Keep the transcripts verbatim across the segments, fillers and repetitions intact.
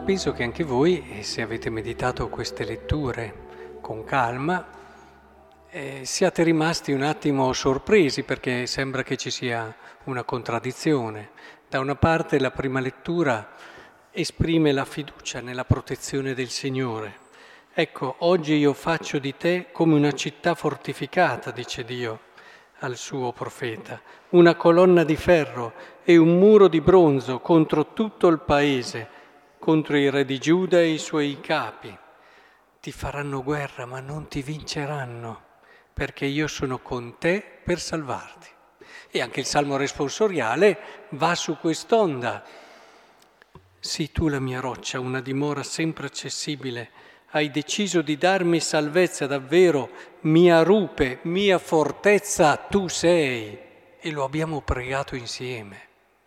penso che anche voi, se avete meditato queste letture con calma, eh, siate rimasti un attimo sorpresi perché sembra che ci sia una contraddizione. Da una parte la prima lettura esprime la fiducia nella protezione del Signore. Ecco, oggi io faccio di te come una città fortificata, dice Dio al suo profeta, una colonna di ferro e un muro di bronzo contro tutto il paese, contro i re di Giuda e i suoi capi. Ti faranno guerra ma non ti vinceranno, perché io sono con te per salvarti. E anche il Salmo responsoriale va su quest'onda. Sii tu la mia roccia, una dimora sempre accessibile. Hai deciso di darmi salvezza davvero, mia rupe, mia fortezza tu sei. E lo abbiamo pregato insieme.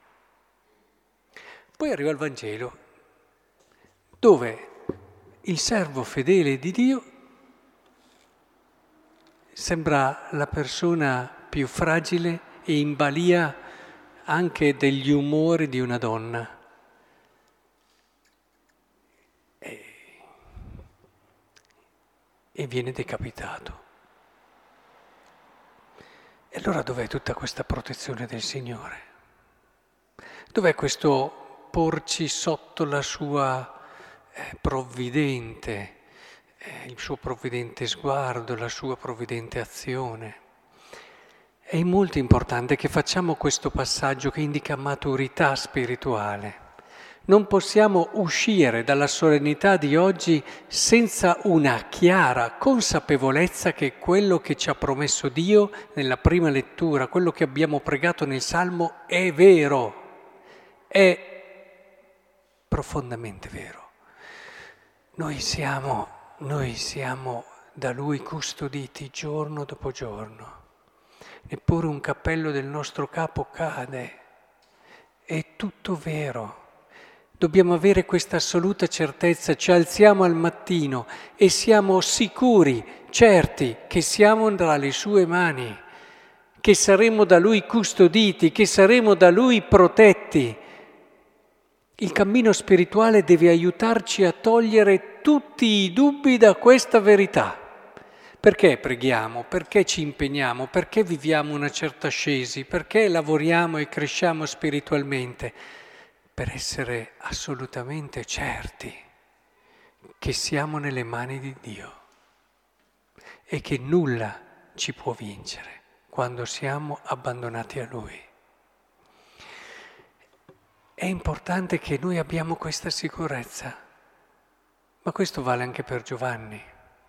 Poi arriva il Vangelo, dove il servo fedele di Dio sembra la persona più fragile e in balia anche degli umori di una donna. E, e viene decapitato. E allora dov'è tutta questa protezione del Signore? Dov'è questo porci sotto la sua eh, provvidente, eh, il suo provvidente sguardo, la sua provvidente azione? È molto importante che facciamo questo passaggio che indica maturità spirituale. Non possiamo uscire dalla solennità di oggi senza una chiara consapevolezza che quello che ci ha promesso Dio nella prima lettura, quello che abbiamo pregato nel Salmo, è vero, è profondamente vero. Noi siamo, noi siamo da Lui custoditi giorno dopo giorno. Neppure un cappello del nostro capo cade. È tutto vero. Dobbiamo avere questa assoluta certezza. Ci alziamo al mattino e siamo sicuri, certi, che siamo tra le sue mani, che saremo da Lui custoditi, che saremo da Lui protetti. Il cammino spirituale deve aiutarci a togliere tutti i dubbi da questa verità. Perché preghiamo? Perché ci impegniamo? Perché viviamo una certa ascesi? Perché lavoriamo e cresciamo spiritualmente? Per essere assolutamente certi che siamo nelle mani di Dio e che nulla ci può vincere quando siamo abbandonati a Lui. È importante che noi abbiamo questa sicurezza, ma questo vale anche per Giovanni.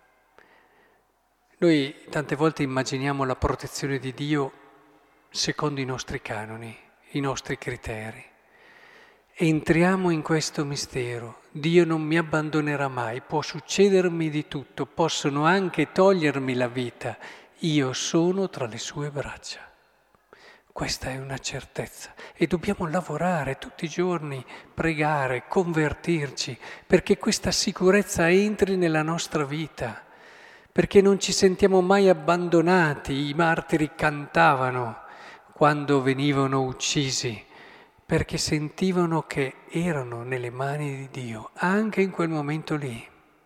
Noi tante volte immaginiamo la protezione di Dio secondo i nostri canoni, i nostri criteri. Entriamo in questo mistero. Dio non mi abbandonerà mai, può succedermi di tutto, possono anche togliermi la vita. Io sono tra le sue braccia. Questa è una certezza e dobbiamo lavorare tutti i giorni, pregare, convertirci, perché questa sicurezza entri nella nostra vita. Perché non ci sentiamo mai abbandonati, i martiri cantavano quando venivano uccisi, perché sentivano che erano nelle mani di Dio, anche in quel momento lì.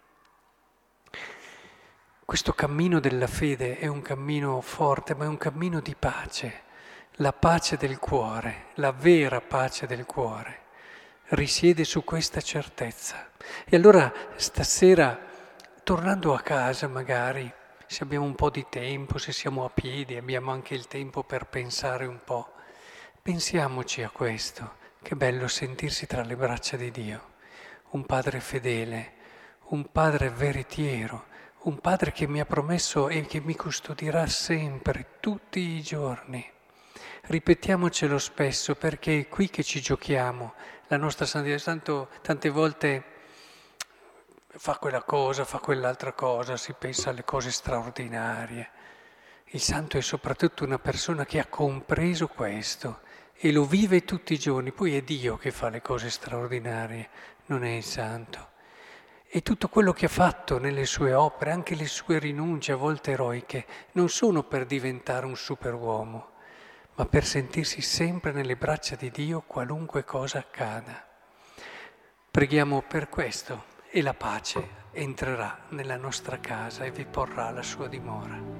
Questo cammino della fede è un cammino forte, ma è un cammino di pace, la pace del cuore, la vera pace del cuore, risiede su questa certezza. E allora stasera, tornando a casa magari, se abbiamo un po' di tempo, se siamo a piedi, abbiamo anche il tempo per pensare un po', pensiamoci a questo, che bello sentirsi tra le braccia di Dio, un Padre fedele, un Padre veritiero, un Padre che mi ha promesso e che mi custodirà sempre, tutti i giorni. Ripetiamocelo spesso perché è qui che ci giochiamo, la nostra santità, tanto, tante volte fa quella cosa, fa quell'altra cosa, si pensa alle cose straordinarie. Il santo è soprattutto una persona che ha compreso questo e lo vive tutti i giorni, poi è Dio che fa le cose straordinarie, non è il santo. E tutto quello che ha fatto nelle sue opere, anche le sue rinunce a volte eroiche, non sono per diventare un superuomo, ma per sentirsi sempre nelle braccia di Dio qualunque cosa accada. Preghiamo per questo e la pace entrerà nella nostra casa e vi porrà la sua dimora.